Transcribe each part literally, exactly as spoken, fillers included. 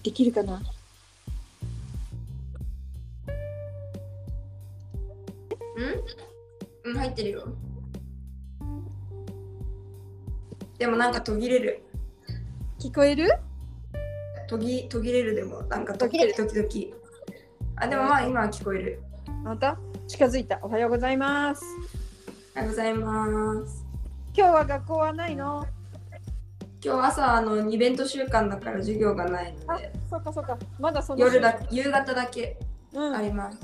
できるかな。 うんうん、入ってるよ。でもなんか途切れる。 聞こえる？ 途切途切れるでもなんか途切れる時々。あ、でもまあ今は聞こえる。 また近づいた。おはようございます。 おはようございます。 今日は学校はないの？ 今日朝あのイベント週間だから授業がないので。 あ、そっかそっか。まだその夜だ夕方だけうんあります。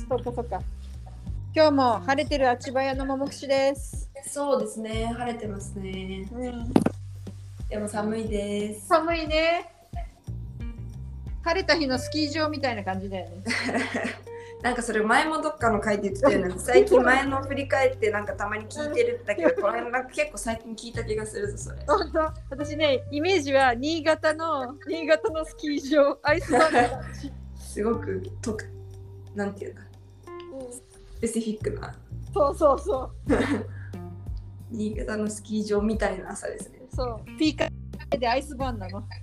そっかそっか。今日も晴れてるあちばやのももくしです。 そうですね、晴れてますね。 うん、 でも寒いです。 寒いね。晴れた日のスキー場みたいな感じだよね。 なんかそれ前もどっかの回で言ってたよね。最近前の振り返ってなんかたまに聞いてるんだけど、これなんか結構最近聞いた気がするぞそれ。 本当、私ね、イメージは新潟の新潟のスキー場、アイスバーンの感じ。 すごく特なんていうか、 うん、 スペシフィックな。 そうそうそう。 新潟のスキー場みたいな朝ですね。 そう。ピーカーでアイスバーンなの。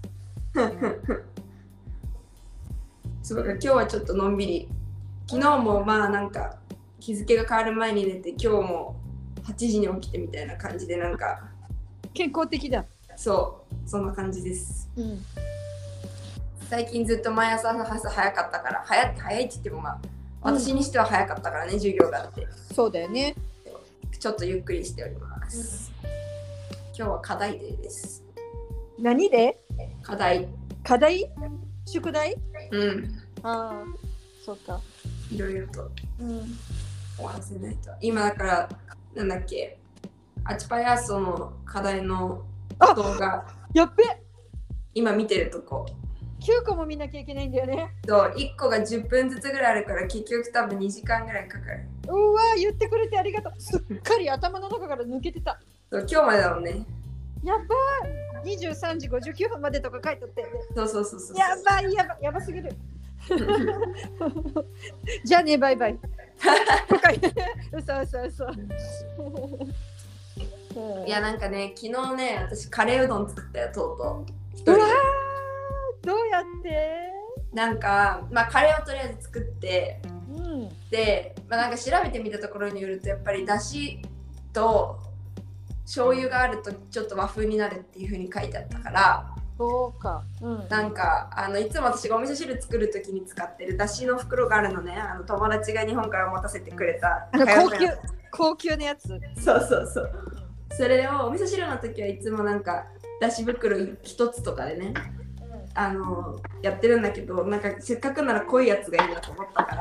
そうか、今日はちょっとのんびり。昨日もまあなんか日付が変わる前に寝て、今日もはちじに起きてみたいな感じでなんか健康的だ。 そうそんな感じです。 うん、 最近ずっと毎朝朝早かったから、早早いって言ってもまあ私にしては早かったからね、うん、授業があって。 そうだよね。 ちょっとゆっくりしております。うん、今日は課題デーです。 何で？ 課題。 課題？宿題？ うん。 ああ、そうか。 いろいろと終わらせないと。今だからなんだっけ、アチパヤーソの課題の動画。 やっべ。 今見てるとこ。 きゅうこも見なきゃいけないんだよね。 そう、いっこがじゅっぷんずつぐらいあるから結局多分にじかんぐらいかかる。 うわ、言ってくれてありがとう。すっかり頭の中から抜けてた。 そう、今日までだもんね。 やばい。にじゅうさんじごじゅうきゅうふんまでとか書いてあって、ね。 そうそうそうそう。 やばいやばいやばすぎる。じゃあね、バイバイ。うそうそうそう。 いやなんかね、昨日ね、私カレーうどん作ったよ、とうとう。 うわー、どうやって？ なんか、まあ、カレーをとりあえず作って、 うん、 で、まあ、なんか調べてみたところによるとやっぱりだしと醤油があるとちょっと和風になるっていう風に書いてあったから、 そうか、うん、 なんかあのいつも私がお味噌汁作る時に使ってるだしの袋があるのね。あの友達が日本から持たせてくれたあの高級高級なやつ。 そうそうそう。それをお味噌汁の時はいつもなんかだし袋一つとかでね、あのやってるんだけど、なんかせっかくなら濃いやつがいいなと思ったから、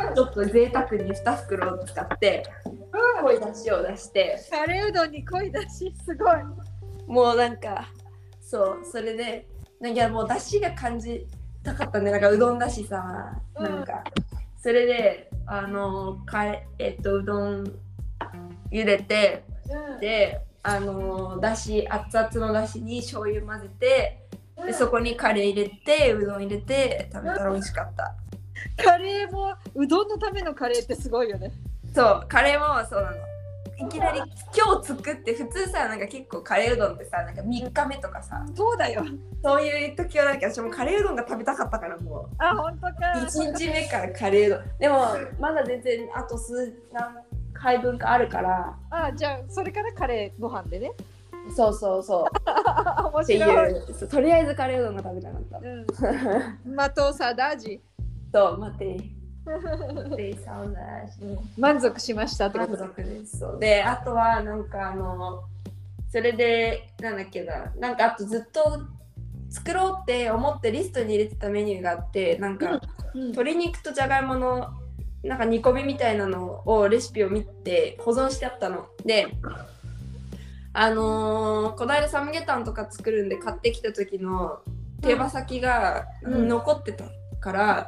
ちょっと贅沢にに袋を使って濃いだしを出して、 カレーうどんに濃いだし、すごい。 もうなんかそう、それでなんかもうだしが感じたかったんで、なんかうどんだしさ、なんか、うん、それであのかえっとうどん茹でて、うん、であのだし熱々のだしに醤油混ぜて、でそこにカレー入れてうどん入れて食べたら美味しかった。 カレーもうどんのためのカレーってすごいよね。 そう、カレーもそうなの。いきなり今日作って、普通さなんか結構カレーうどんってさ、なんかみっかめとかさ、 そうだよ、 そういう時はなんか私もカレーうどんが食べたかったから、もうあ、本当か。 いちにちめからカレーうどんでもまだ全然あと数何回分かあるから、 あ、じゃあそれからカレーご飯でね。 そうそうそう面白いっていう、とりあえずカレーうどんが食べたかった、 うん、マトサダジそう待ってでサウナ満足しましたってこと。 満足です。そうで、あとはなんかあのそれでなんだっけな、なんかあとずっと作ろうって思ってリストに入れてたメニューがあって、なんか、うんうん、鶏肉とじゃがいものなんか煮込みみたいなのをレシピを見て保存してあったので、あのー、この間サムゲタンとか作るんで買ってきた時の手羽先が残ってたから、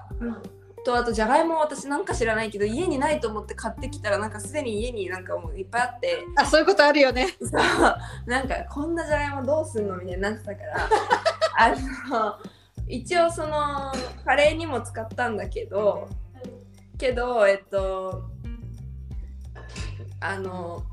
うんうん、とあとじゃがいも私なんか知らないけど家にないと思って買ってきたら、なんかすでに家になんかもういっぱいあって、 あ、そういうことあるよね。 そう、なんかこんなじゃがいもどうすんのみたいになってたからあの一応そのカレーにも使ったんだけどけどえっとあの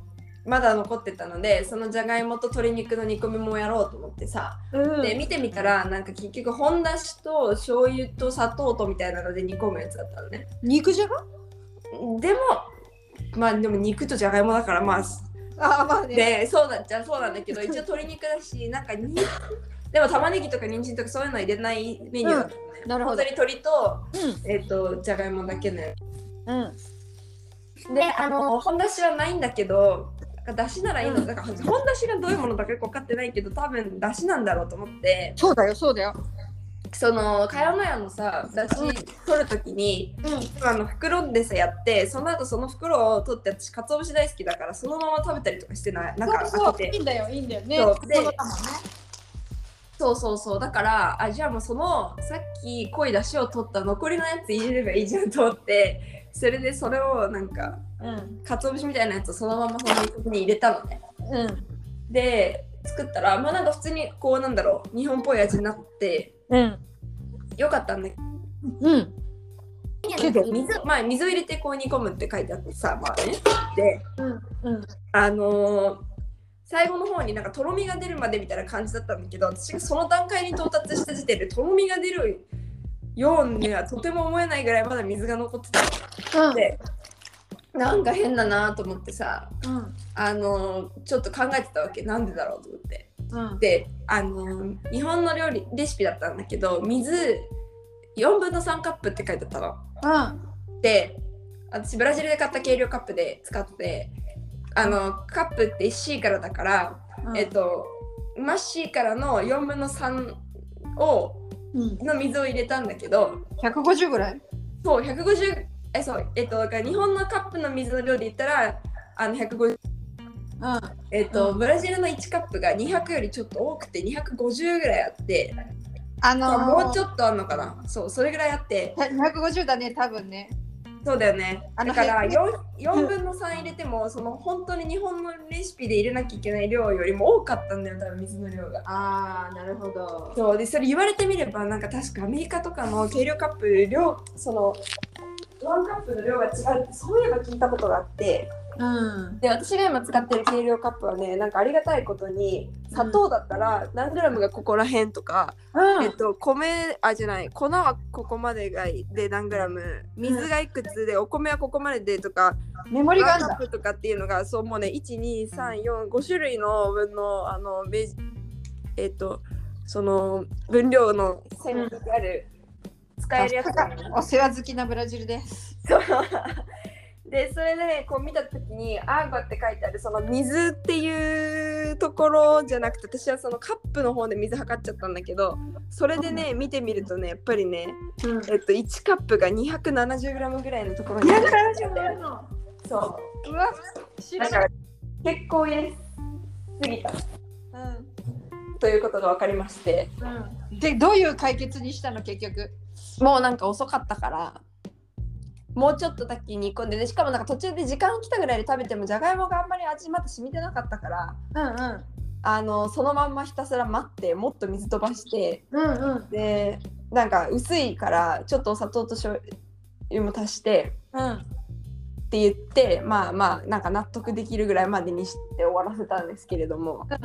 まだ残ってたので、そのじゃがいもと鶏肉の煮込みもやろうと思ってさ、 うん、 で見てみたらなんか結局本だしと醤油と砂糖とみたいなので煮込むやつだったのね。 肉じゃが？ でもまあでも肉とじゃがいもだからまああまあね。 でそうだっちゃそうなんだけど、一応鶏肉だしなんかにでも玉ねぎとか人参とかそういうの入れないメニューだったのね。 うん、なるほど。 本当に鶏と、 うん、 えっ、ー、とじゃがいもだけね。 うん。 であの本だしはないんだけど。だしならいいの、だから本だしがどういうものだかよく分かってないけど多分だしなんだろうと思って、 そうだよそうだよ、 その茅乃舎のさだし取るときに、うん、あの袋でさやって、その後その袋を取って、私鰹節大好きだからそのまま食べたりとかしてない、なんか開けて、 いいんだよいいんだよね。 そうで、 そうだもんね。 そうそうそう、だからあじゃあもうそのさっき濃いだしを取った残りのやつ入れればいいじゃんと思って、それでそれをなんかうん、鰹節みたいなやつをそのままその肉に入れたのね、うん、で作ったらまあなんか普通にこうなんだろう日本っぽい味になって、うん、よかったんだけど、うん、けど水、まあ、水を入れてこう煮込むって書いてあってさ、まあね、で、うんうん、あのー、最後の方になんかとろみが出るまでみたいな感じだったんだけど、私がその段階に到達した時点でとろみが出るようにはとても思えないぐらいまだ水が残ってた、うん、でなんか変だなと思ってさ、うん、あのちょっと考えてたわけ、なんでだろうと思って、うん、であの日本の料理レシピだったんだけど水よんぶんのさんカップって書いてあったの、うん、で私ブラジルで買った計量カップで使って、あのカップって シー からだから、うん、えっとマッシーからのよんぶんのさんを、うん、の水を入れたんだけどひゃくごじゅうぐらい？ そうひゃくごじゅうえそうえっとだから日本のカップの水の量で言ったらあのひゃくごじゅう、うんえっとうん、ブラジルのいちカップがにひゃくよりちょっと多くてにひゃくごじゅうぐらいあって、あのー、もうちょっとあんのかな、そうそれぐらいあってにひゃくごじゅうだね多分ね。 そうだよね。だから 4, よんぶんのさん入れてもその本当に日本のレシピで入れなきゃいけない量よりも多かったんだよ、多分水の量が。 あーなるほど。 そうでそれ言われてみればなんか確かアメリカとかの計量カップ量そのワンカップの量が違うってそういえば聞いたことがあって、うん、で私が今使ってる計量カップはね、なんかありがたいことに砂糖だったら何グラムがここら辺とか、うん、えっと米あじゃない粉はここまでがで何グラム、水がいくつでお米はここまででとか、 メモリがあるんだ。 ワンカップとかっていうのがそうもうねいち、に、さん、よん、ご種類の分のあのえっとその分量の線がある、うん、使えるやつ、 お世話好きなブラジルです。 でそれで、ね、こう見たときにアーゴって書いてあるその水っていうところじゃなくて、私はそのカップの方で水測っちゃったんだけど、それでね見てみるとねやっぱりね、うん、えっといちカップが にひゃくななじゅうグラム ぐらいのところににひゃくななじゅうグラムのそう、うわだから結構入れすぎた、うん、ということが分かりまして、 うん、でどういう解決にしたの結局？ もうなんか遅かったからもうちょっとだけ煮込んで、でしかもなんか途中で時間来たぐらいで食べてもじゃがいもがあんまり味まだ染みてなかったから、うんうん、あのそのまんまひたすら待ってもっと水飛ばして、うんうん、でなんか薄いからちょっとお砂糖と醤油も足して、うん、って言ってまあまあなんか納得できるぐらいまでにして終わらせたんですけれども、うん、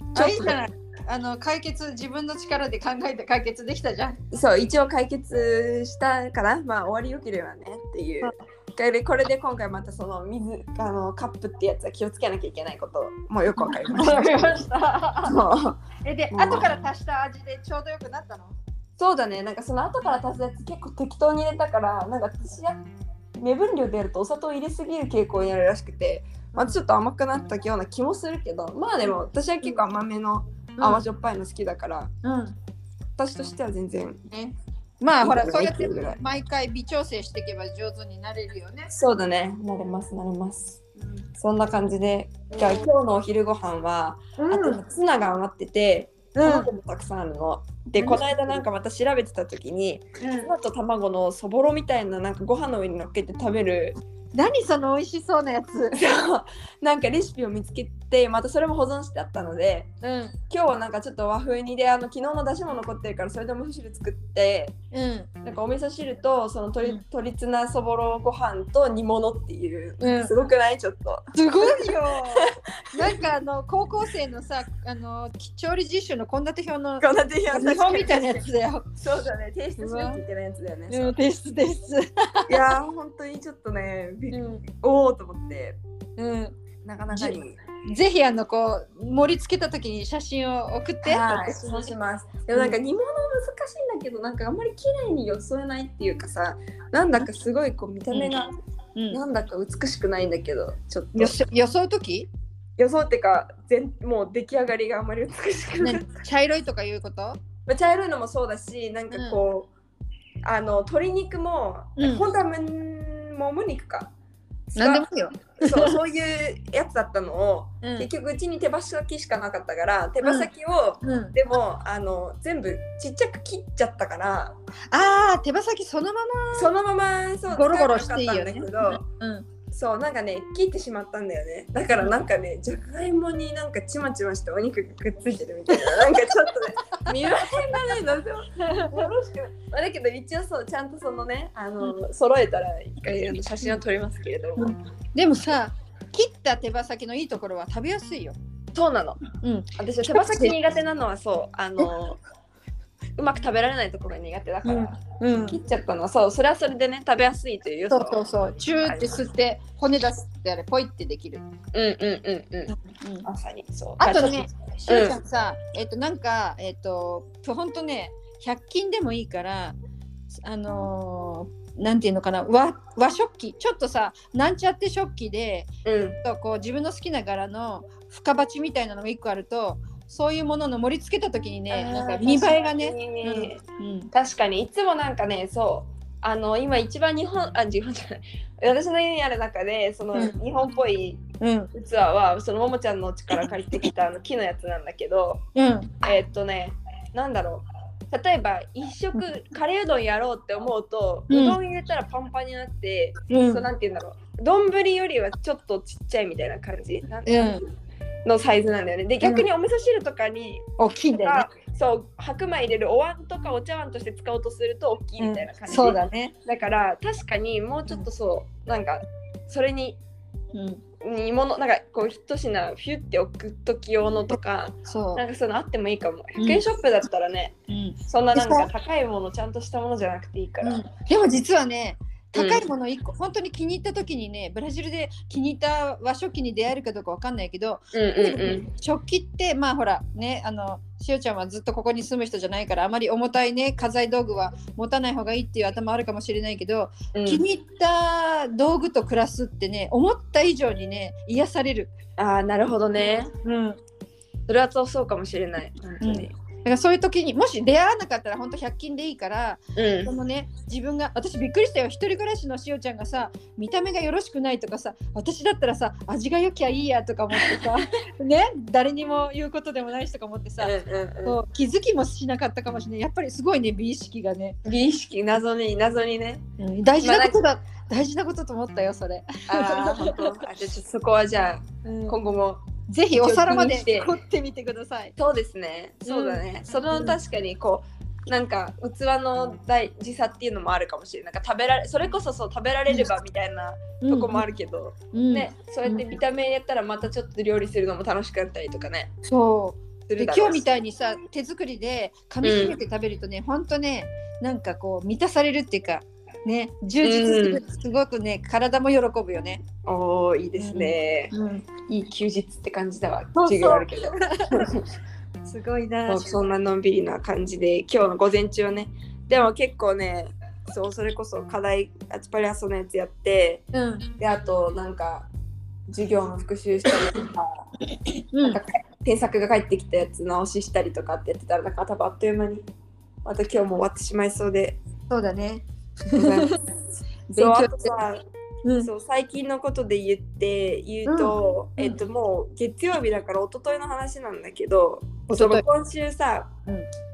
ちょっといいじゃない、あの解決自分の力で考えて解決できたじゃん。 そう一応解決したかな、まあ終わりよければねっていう、うん、これで今回またその水あのカップってやつは気をつけなきゃいけないこともよくわかりました。わかりましたそうえで後から足した味でちょうどよくなったの？ そうだね、なんかその後から足すやつ結構適当に入れたから、なんか私は目分量でやるとお砂糖入れすぎる傾向になるらしくて、またちょっと甘くなったような気もするけど、まあでも私は結構甘めの甘じょっぱいの好きだから、うん、私としては全然、ね、 まあほらそうやって毎回微調整していけば上手になれるよね。 そうだね、なれますなれます、うん、そんな感じで、じゃあ今日のお昼ご飯は、うん、あとツナが余ってて、卵もたくさんあるの、 でこの間なんかまた調べてた時に、 うんツナと卵のそぼろみたいななんかご飯の上に乗っけて食べる何その美味しそうなやつ。 なんかレシピを見つけて、またそれも保存してあったので、 うん今日はなんかちょっと和風にで、あの昨日の出汁も残ってるからそれでお味噌汁作って、 うんなんかお味噌汁とその鶏、 うん鶏ツナそぼろご飯と煮物っていう、 うんすごくない？ちょっとすごいよ。なんかあの高校生のさ、あの調理実習の献立表のこんな手品見本みたいなやつだよ。 そうだね、提出しなきゃいけないやつだよね。 うん、ですです。 いやー本当にちょっとね、びっうんおーと思って、 うんなかなかに。 ぜひあのこう盛り付けた時に写真を送って。 はい、 私そうします。でもなんか煮物難しいんだけど、なんかあんまり綺麗によそえないっていうかさ、なんだかすごいこう見た目が、 うん、 なんだか美しくないんだけど、ちょっとよそ予想時？ 予想ってか全もう出来上がりがあんまり美しくない。 ね、茶色いとかいうこと？ まあ、茶色いのもそうだし、なんかこう、うん、あの鶏肉も、うん、本当はむもも肉か。 なんでもいいよ。 そう、そういうやつだったのを、うん、結局うちに手羽先しかなかったから手羽先を、うん、でもあの全部ちっちゃく切っちゃったから、 あー手羽先そのままそのままそうゴロゴロしていいよね。 うん、そうなんかね切ってしまったんだよね。だからなんかねじゃがいもになんかちまちましてお肉がくっついてるみたいななんかちょっとね見栄えがねなんでもよろしくない、まあ、だけど一応そうちゃんとそのねあの、うん、揃えたら一回あの写真を撮りますけれども、うん、 でもさ切った手羽先のいいところは食べやすいよ。 そうなの、うん、私は手羽先苦手なのはそうあのうまく食べられないところが苦手だから、うんうん、切っちゃったのはそうそれはそれでね食べやすいというよ。 そうそうそうチューって吸って骨出してあれポイってできる。 うんうんうんうん、うん、まさにそう。 あとねしゅうちゃんさ、うん、えっとなんかえっとほんとねひゃく均でもいいからあのーなんていうのかな 和, 和食器ちょっとさなんちゃって食器で、うん、とこう自分の好きな柄の深鉢みたいなのがいっこあるとそういうものの盛り付けた時にねなんか見栄えがね、 うんうん、確かにいつもなんかねそうあの今一番日本あ日本じゃない私の家にある中でその、うん、日本っぽい器は、うん、そのももちゃんの家から借りてきたあの木のやつなんだけど、うん、えー、っとねなんだろう例えば一食カレーうどんやろうって思うと、うん、うどん入れたらパンパンになって、うん、そうなんていうんだろう丼よりはちょっとちっちゃいみたいな感じなんて、うん、のサイズなんだよね。で逆にお味噌汁とかに、 うん、大きいんだよね。 そう白米入れるお椀とかお茶碗として使おうとすると大きいみたいな感じ、うん、 そうだね。 だから確かにもうちょっとそうなんかそれに、うん煮物なんかこう一品フュって置く時用のとかそうなんかそういうのあってもいいかも。ひゃくえんショップだったらね、うん、そんななんか高いものちゃんとしたものじゃなくていいから、うん、 でも実はね高いものいっこ、うん、本当に気に入った時にねブラジルで気に入った和食器に出会えるかどうかわかんないけど、うんうんうん、食器ってまあほらねあのしおちゃんはずっとここに住む人じゃないからあまり重たいね家財道具は持たない方がいいっていう頭あるかもしれないけど、うん、気に入った道具と暮らすってね思った以上にね癒される。 ああなるほどね、うん、それはそうかもしれない本当に、 うんだからそういう時にもし出会わなかったら本当ひゃく均でいいから、うん、そのね自分が私びっくりしたよ一人暮らしのしおちゃんがさ見た目がよろしくないとかさ私だったらさ味が良きゃいいやとか思ってさね誰にも言うことでもないしとか思ってさ、うんうんうん、そう気づきもしなかったかもしれない。やっぱりすごいね美意識がね美意識謎に謎にね、 うん、大事なことだ、まあ、大事なことと思ったよそれ。 あ本当あじゃあちょっとそこはじゃあ、うん、今後もぜひお皿まで凝ってみてください。 そうですね。そうだね。うん、その確かにこうなんか器の大事さっていうのもあるかもしれない。なんか食べられそれこそそう食べられればみたいなとこもあるけど、うん、ね、そうやって見た目やったらまたちょっと料理するのも楽しかったりとかね。 そう。で今日みたいにさ手作りで噛みしめて食べるとね、うん、ほんとねなんかこう満たされるっていうか。ね、充実する、うん、すごくね体も喜ぶよね。 おーいいですね、うんうん、いい休日って感じだわ。授業あるけどすごいな。 そんなのんびりな感じで今日の午前中はねでも結構ねそうそれこそ課題アチパリアソのやつやって、うん、であとなんか授業の復習したりとか、うん、なんか添削が返ってきたやつ直ししたりとかってやってたらなんか多分あっという間にまた今日も終わってしまいそうで。 そうだねそうあとさ、うん、そう最近のことで言って言うと、うん、えっともう月曜日だから一昨日の話なんだけど、その今週さ、うん、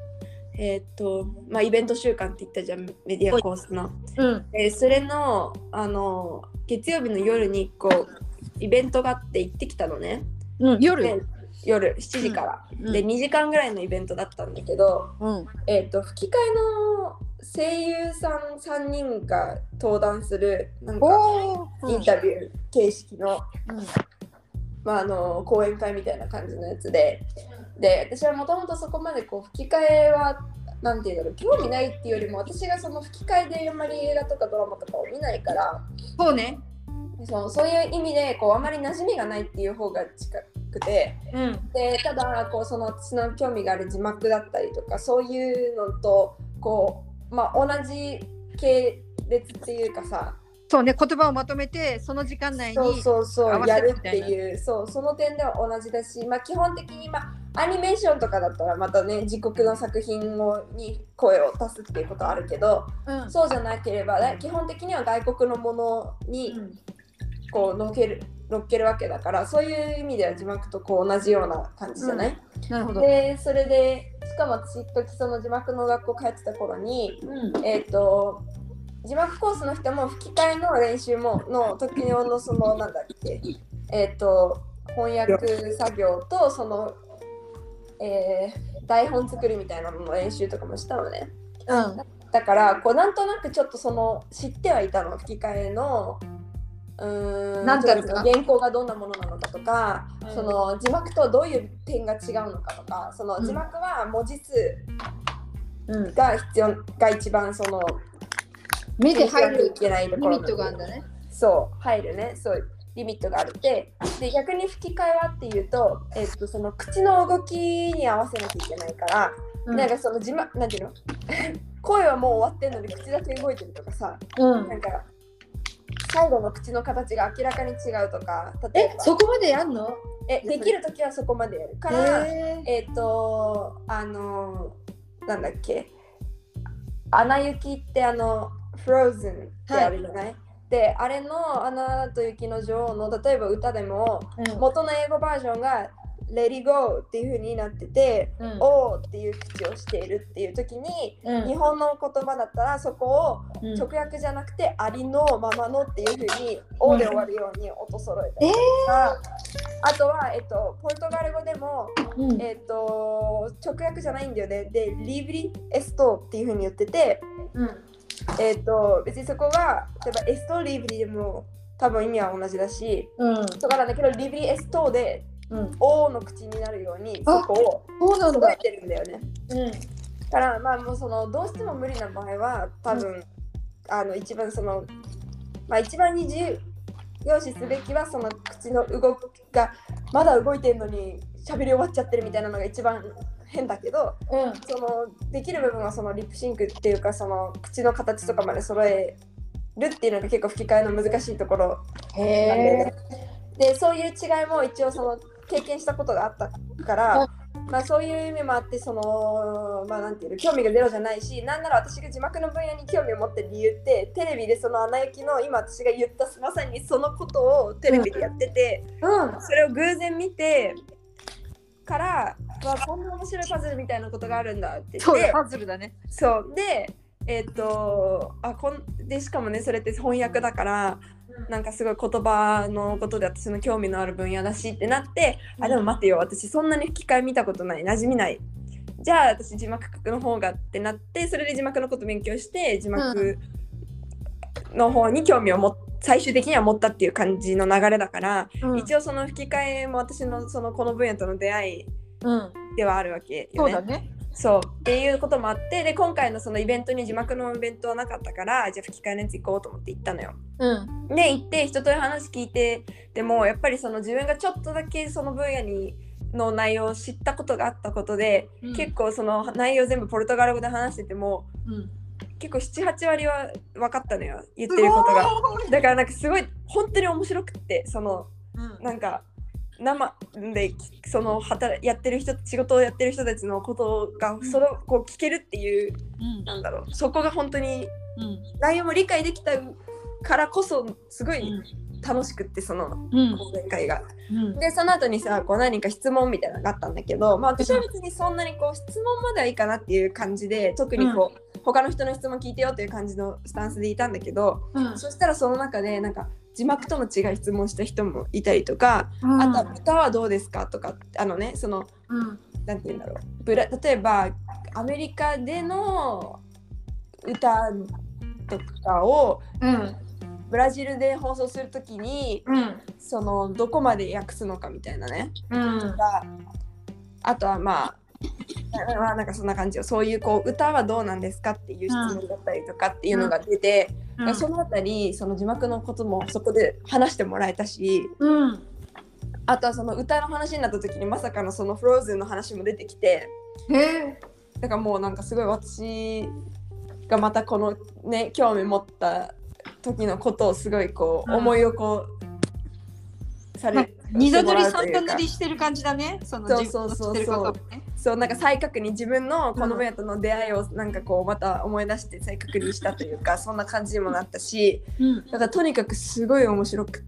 えーっとまあ、イベント週間って言ったじゃん、メディアコースの、 うん、 えー、それの、あの月曜日の夜にこうイベントがあって行ってきたのね、 うん、夜夜しちじから、うん、でにじかんぐらいのイベントだったんだけど、うん、えーっと吹き替えの声優さんさんにんが登壇するなんかインタビュー形式の、うんまあ、あの講演会みたいな感じのやつで、で私はもともとそこまでこう吹き替えはなんていうんだろう、興味ないっていうよりも私がその吹き替えであんまり映画とかドラマとかを見ないから、 そうね、 そう、そういう意味でこうあまり馴染みがないっていう方が近くて、うん、でただこうその私の興味がある字幕だったりとかそういうのとこう、まあ、同じ系列っていうかさ、 そうね、言葉をまとめてその時間内にそうそうそうやるっていう、そうその点では同じだし、まあ、基本的に、まあ、アニメーションとかだったらまたね自国の作品をに声を足すっていうことはあるけど、うん、そうじゃなければ基本的には外国のものにこう乗っける乗っけるわけだから、そういう意味では字幕とこう同じような感じじゃない、 うん、なるほど。 でそれでしかも私時その字幕の学校通ってた頃に、うん、えっ、ー、と字幕コースの人も吹き替えの練習もの時のそのなんだっけえっ、ー、と翻訳作業とその、えー、台本作りみたいなのの練習とかもしたのね、うん、だからこうなんとなくちょっとその知ってはいたの、吹き替えのうーんなんだろうか原稿がどんなものなのかとか、うん、その字幕とどういう点が違うのかとか、その字幕は文字数が必要、うん、が一番その目で入るいけないところリミットがあるんだね。 そう入るね、そうリミットがあるってで、逆に吹き替えはっていうと、えっとその口の動きに合わせなきゃいけないから、うん、なんかその字幕なんていうの声はもう終わってんのに口だけ動いてるとかさ、うん、なんか最後の口の形が明らかに違うとか、 例えばえそこまでやんの？ えできるときはそこまでやるからえっとあのなんだっけアナ雪ってあのFrozen ってあるじゃない、はい、であれのアナと雪の女王の例えば歌でも、うん、元の英語バージョンが Let it go っていう風になってて、うん、おーっていう口をしているっていう時に、うん、日本の言葉だったらそこを直訳じゃなくて、ありのままのっていう風に、おーで終わるように音揃えたりとか、えー、あとは、えっと、ポルトガル語でも、うん、えっと、直訳じゃないんだよね。で、リブリエストっていう風に言ってて、うんえー、と別にそこが例えばエストリブリでも多分意味は同じだし、うん、とかなんだけどリブリエストで、うん、O の口になるようにそこを揃えてるんだよね。うん、だからまあもうそのどうしても無理な場合は多分、うん、あの一番そのまあ一番に重要視すべきはその口の動きがまだ動いてるのに喋り終わっちゃってるみたいなのが一番変だけど、うん、そのできる部分はそのリップシンクっていうかその口の形とかまで揃えるっていうのが結構吹き替えの難しいところなんで、ね、でそういう違いも一応その経験したことがあったから、まあ、そういう意味もあってそのまあなんていうの興味がゼロじゃないし、なんなら私が字幕の分野に興味を持ってる理由ってテレビでそのアナ雪の今私が言ったまさにそのことをテレビでやってて、うん、それを偶然見てからわこんな面白いパズルみたいなことがあるんだって言って、 そうだパズルだね。 そうでえっ、ー、とあこんでしかもねそれって翻訳だから、うん、なんかすごい言葉のことで私の興味のある分野だしってなって、うん、あでも待ってよ私そんなに吹き替え見たことない馴染みない、じゃあ私字幕の方がってなって、それで字幕のこと勉強して字幕の方に興味を持って最終的には持ったっていう感じの流れだから、うん、一応その吹き替えも私のそのこの分野との出会いではあるわけよね。 そうだね。 そうっていうこともあって、で今回のそのイベントに字幕のイベントはなかったから、じゃあ吹き替えのやつ行こうと思って行ったのよ。うん、で行って一通り話聞いて、でもやっぱりその自分がちょっとだけその分野にの内容を知ったことがあったことで、うん、結構その内容全部ポルトガル語で話してても、うん結構 ななはち 割は分かったのよ言ってることが。だからなんかすごい本当に面白くってその、うん、なんか生でその働やってる人仕事をやってる人たちのことがそれをこう聞けるっていう、うん、なんだろうそこが本当に、うん、内容も理解できたからこそすごい楽しくってそのうん講演会が、 うん、 でその後にさこう何か質問みたいなのがあったんだけど、まあ、私は別にそんなにこう質問まではいいかなっていう感じで特にこう、うん、他の人の質問聞いてよっていう感じのスタンスでいたんだけど、うん、そしたらその中でなんか字幕との違い質問した人もいたりとか、うん、あとは歌はどうですかとかあのねその、うん、なんて言うんだろうブラ例えばアメリカでの歌とかを、うんブラジルで放送するときに、うん、そのどこまで訳すのかみたいなね、うん、とかあとはまあなんかそんな感じよそういうこう歌はどうなんですかっていう質問だったりとかっていうのが出て、うん、そのあたりその字幕のこともそこで話してもらえたし、うん、あとはその歌の話になった時にまさかのそのフローズンの話も出てきてへだからもうなんかすごい私がまたこのね興味持った時のことをすごいこう思いをこうされ二度塗り三度塗りしてる感じだね。そのそうそうそうそうそうなんか再確認自分のこの親との出会いをなんかこうまた思い出して再確認したというかそんな感じにもなったし、うん、だからとにかくすごい面白くって、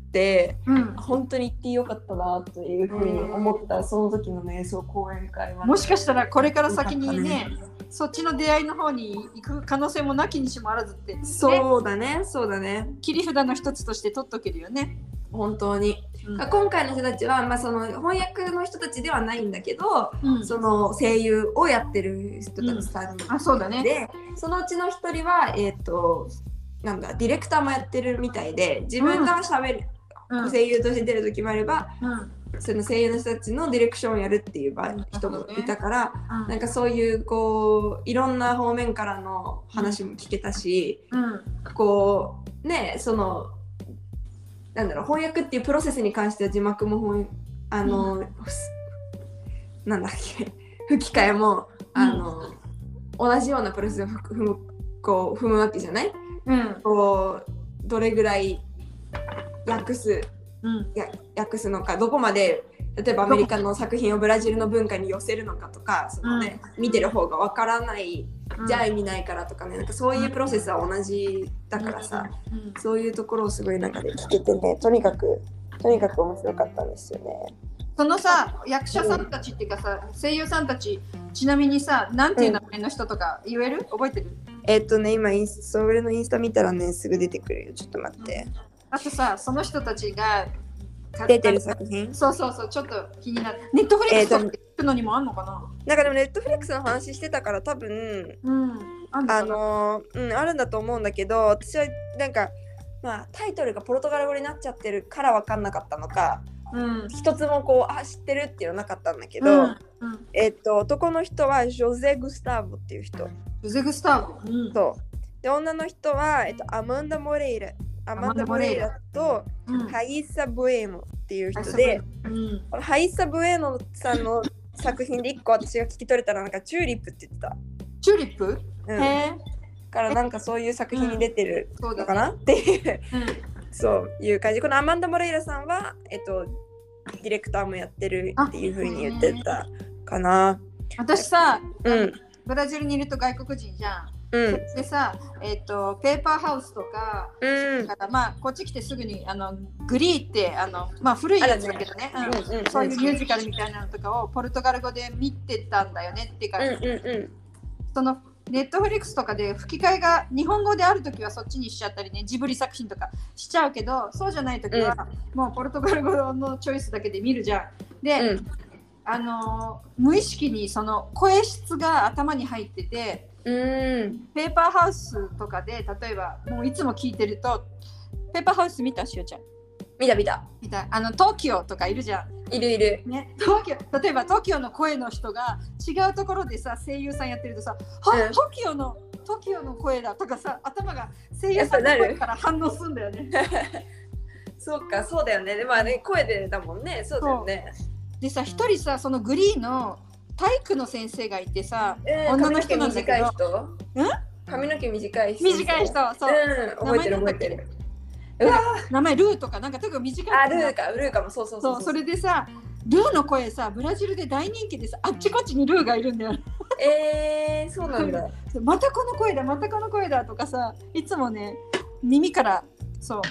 うん、本当に行ってよかったなというふうに思った、うん、その時のねそう講演会は、ね、 もしかしたらこれから先にねそっちの出会いの方に行く可能性もなきにしもあらずって、ね、 そうだねそうだね切り札の一つとして取っとけるよね本当に、うん、今回の人たちは、まあ、その翻訳の人たちではないんだけど、うん、その声優をやってる人たちさんで、うん、あそうだね、そのうちの一人は、えーと、なんだディレクターもやってるみたいで自分が喋る、うん、声優として出る時もあれば、うん、その声優の人たちのディレクションをやるっていう人もいたから、うん、なんかそういうこういろんな方面からの話も聞けたし、うん、こうねそのなんだろう翻訳っていうプロセスに関しては字幕も翻あの、うん、なんだっけ吹き替えもあの、うん、同じようなプロセスを踏むこう踏むわけじゃない、うん、こうどれぐらい訳す、うん、や訳すのかどこまで例えばアメリカの作品をブラジルの文化に寄せるのかとかその、ねうん、見てる方がわからない、うん、じゃあ意味ないからとかねなんかそういうプロセスは同じだからさ、うん、そういうところをすごい中で聞けてねとにかくとにかく面白かったんですよね。 そのさ役者さんたちっていうかさ、うん、声優さんたちちなみにさなんていう名前の人とか言える、うん、覚えてる？ えっとね今インスそれのインスタ見たらねすぐ出てくるよちょっと待って、うん、 あとさその人たちが出てる作品そうそうそうちょっと気になるネットフリックスとか行くのにもあんのかな、 なんかでもネットフリックスの話してたから多分、うん、あ, あのうんあるんだと思うんだけど私はなんかまあタイトルがポルトガル語になっちゃってるから分かんなかったのか、うん、一つもこうあ知ってるっていうのなかったんだけど、うんうん、えっと男の人はジョゼ・グスターボっていう人ジョゼ・グスターボ、うん、 そうで女の人は、えっと、アマンダ・モレイラアマンダ・モレイラと、うん、ハイサ・ブエノっていう人で、うん、このハイサ・ブエノさんの作品で一個私が聞き取れたらなんかチューリップって言ってた。 チューリップ？ うん、へー。からなんかそういう作品に出てるのかな、うん、っていう、うん、そういう感じ。このアマンダ・モレイラさんはえっとディレクターもやってるっていう風に言ってたかな。 私さ、うん、ブラジルにいると外国人じゃん。うん、でさ、えーと、ペーパーハウスとか、うん、からまあこっち来てすぐにあのグリーってあの、まあ、古いやつだけどね、うんうんうん、そういうミュージカルみたいなのとかをポルトガル語で見てたんだよねっていうか、うんうんうん、そのネットフリックスとかで吹き替えが日本語であるときはそっちにしちゃったりねジブリ作品とかしちゃうけどそうじゃないときは、うん、もうポルトガル語のチョイスだけで見るじゃん。で、うん、あの無意識にその声質が頭に入っててうんペーパーハウスとかで例えばもういつも聞いてるとペーパーハウス見たしおちゃん見た見た見たあの東京とかいるじゃんいるいる、 ね、東京例えば東京の声の人が違うところでさ声優さんやってるとさ、うん、は東京の東京の声だとかさ頭が声優さんの声から反応するんだよねそうかそうだよねでもあれ声でだもんねそうだよねでさ一人さそのグリーの体育の先生がいてさ、えー、女の人なんだけど髪の毛短い人短い人そう、 うん、覚えてる覚えてる名前ルーとかなんかとにかく短いあルーかルーかもそうそうそうそうそれでさルーの声さブラジルで大人気でさあっちこっちにルーがいるんだよえー、そうなんだまたこの声だまたこの声だとかさいつもね耳からそう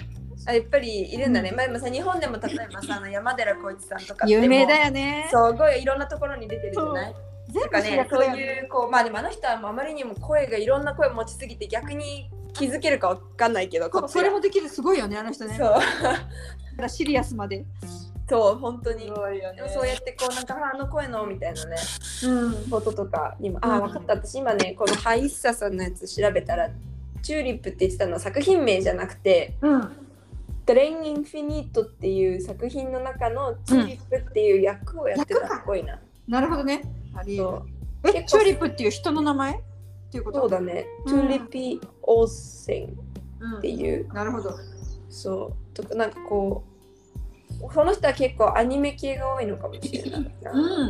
あやっぱりいるんだね、うん、まあでもさ日本でも例えばさあの山寺宏一さんとか有名だよね。 すごいいろんなところに出てるじゃない。全部ね、そういうこうまあでもあの人はあまりにも声がいろんな声持ちすぎて逆に気づけるかわかんないけどこっちそれもできるすごいよねあの人ね。そうシリアスまでそう本当にすごいよね。 そうやってこうなんかあの声のみたいなね、うん、フォトとかにもあ分かった。私今ねこのハイッサさんのやつ調べたらチューリップって言ってたのは作品名じゃなくて、うん、トレイン・インフィニットっていう作品の中のチューリップっていう役をやってたっぽいな、 うん、なるほどね。ありええチューリップっていう人の名前っていうこと。 そうだね、うん、チューリッピー・オーセンっていう、 うん、なるほど。 そうとかなんかこうその人は結構アニメ系が多いのかもしれないな、うん、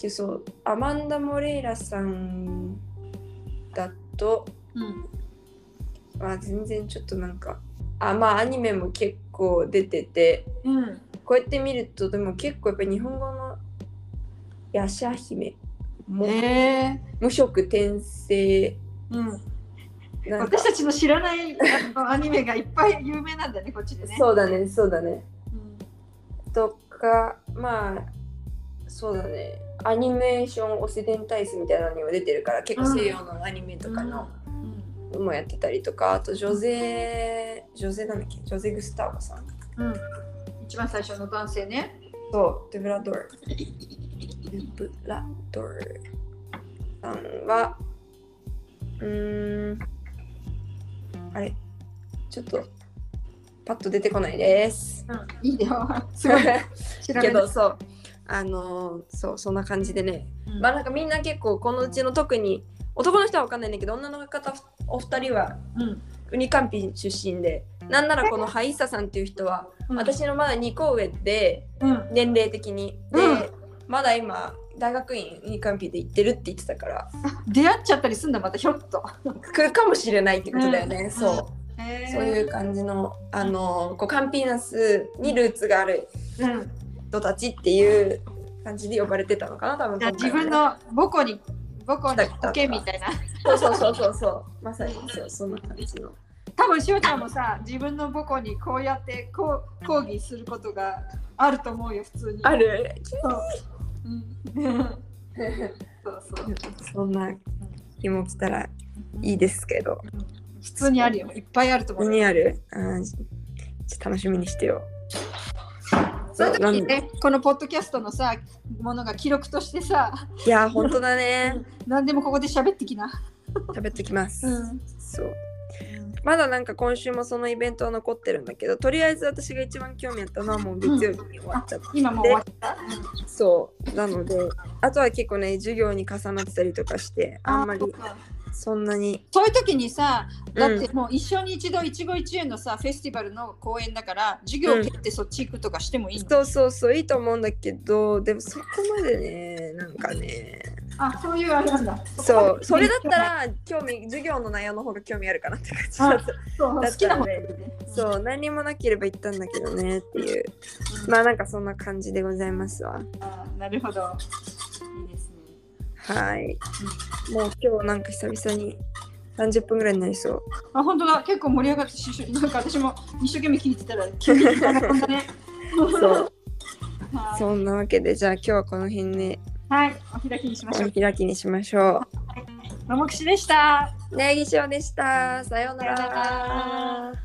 そうアマンダ・モレイラさんだと、うんまあ、全然ちょっとなんかあまあアニメも結構出てて、うん、こうやって見るとでも結構やっぱり日本語のヤシャ姫も、えー、無色転生、うん、 私たちの知らないアニメがいっぱい有名なんだねこっちでね。 そうだねそうだね、うん、とかまあそうだねアニメーションオセデンタイスみたいなのにも出てるから結構西洋のアニメとかの、うん、もやってたりとかあとジョゼジョゼなんだっけジョゼ・グスターボさん、 うん、一番最初の男性ね。 そうデブラドルデブラドルさんはうーんあれちょっとパッと出てこないです、 うん、いいよすごいけどそうあのー、そうそんな感じでね、うん、まあなんかみんな結構このうちの特に男の人は分かんないんだけど女の方お二人は、うん、ウニカンピ出身でなんならこのハイッサさんっていう人は、うん、私のまだにこ上で、うん、年齢的にで、うん、まだ今大学院ウニカンピで行ってるって言ってたから出会っちゃったりすんだまたひょっと来るかもしれないってことだよね、うん、そう、えー、そういう感じのあのこうカンピーナスにルーツがある人たちっていう感じで呼ばれてたのかな多分、ね、 自分の母校に母校に置けみたいなそうそうそうそうそうまさにそうそんな感じの多分しおちゃんもさ自分の母校にこうやってこう講義することがあると思うよ普通にあるそううん、 そうそうそんな日も来たらいいですけど普通にあるよいっぱいあると思う。 普通にあるあ楽しみにしてよ。 その時にねこのポッドキャストのさものが記録としてさいや本当だね何でもここで喋ってきな喋ってきます、うん、そうまだなんか今週もそのイベントは残ってるんだけどとりあえず私が一番興味あったのはもう月曜日に終わっちゃって、うん、 今もう終わった、 うん、そうなのであとは結構ね授業に重なってたりとかしてあんまりそんなにそういう時にさだってもう一生に一度一期一会のさフェスティバルの公演だから授業を蹴ってそっち行くとかしてもいいの、 うん、そうそうそういいと思うんだけどでもそこまでねなんかねあそういうあれなんだそうそれだったら興味授業の内容の方が興味あるかなって感じだったそう好きな方でそう何もなければ言ったんだけどねっていう、うん、まあなんかそんな感じでございますわ。 あなるほどいいですね。 はい、うん、もう今日なんか久々にさんじゅっぷんぐらいになりそう。 あ本当だ結構盛り上がってなんか私も一生懸命聞いてたら急に飛んだねそうそんなわけでじゃあ今日はこの辺で、ね、 はいお開きにしましょう。 お開きにしましょう。ももくしでした。 ねぎしおでした。さようなら。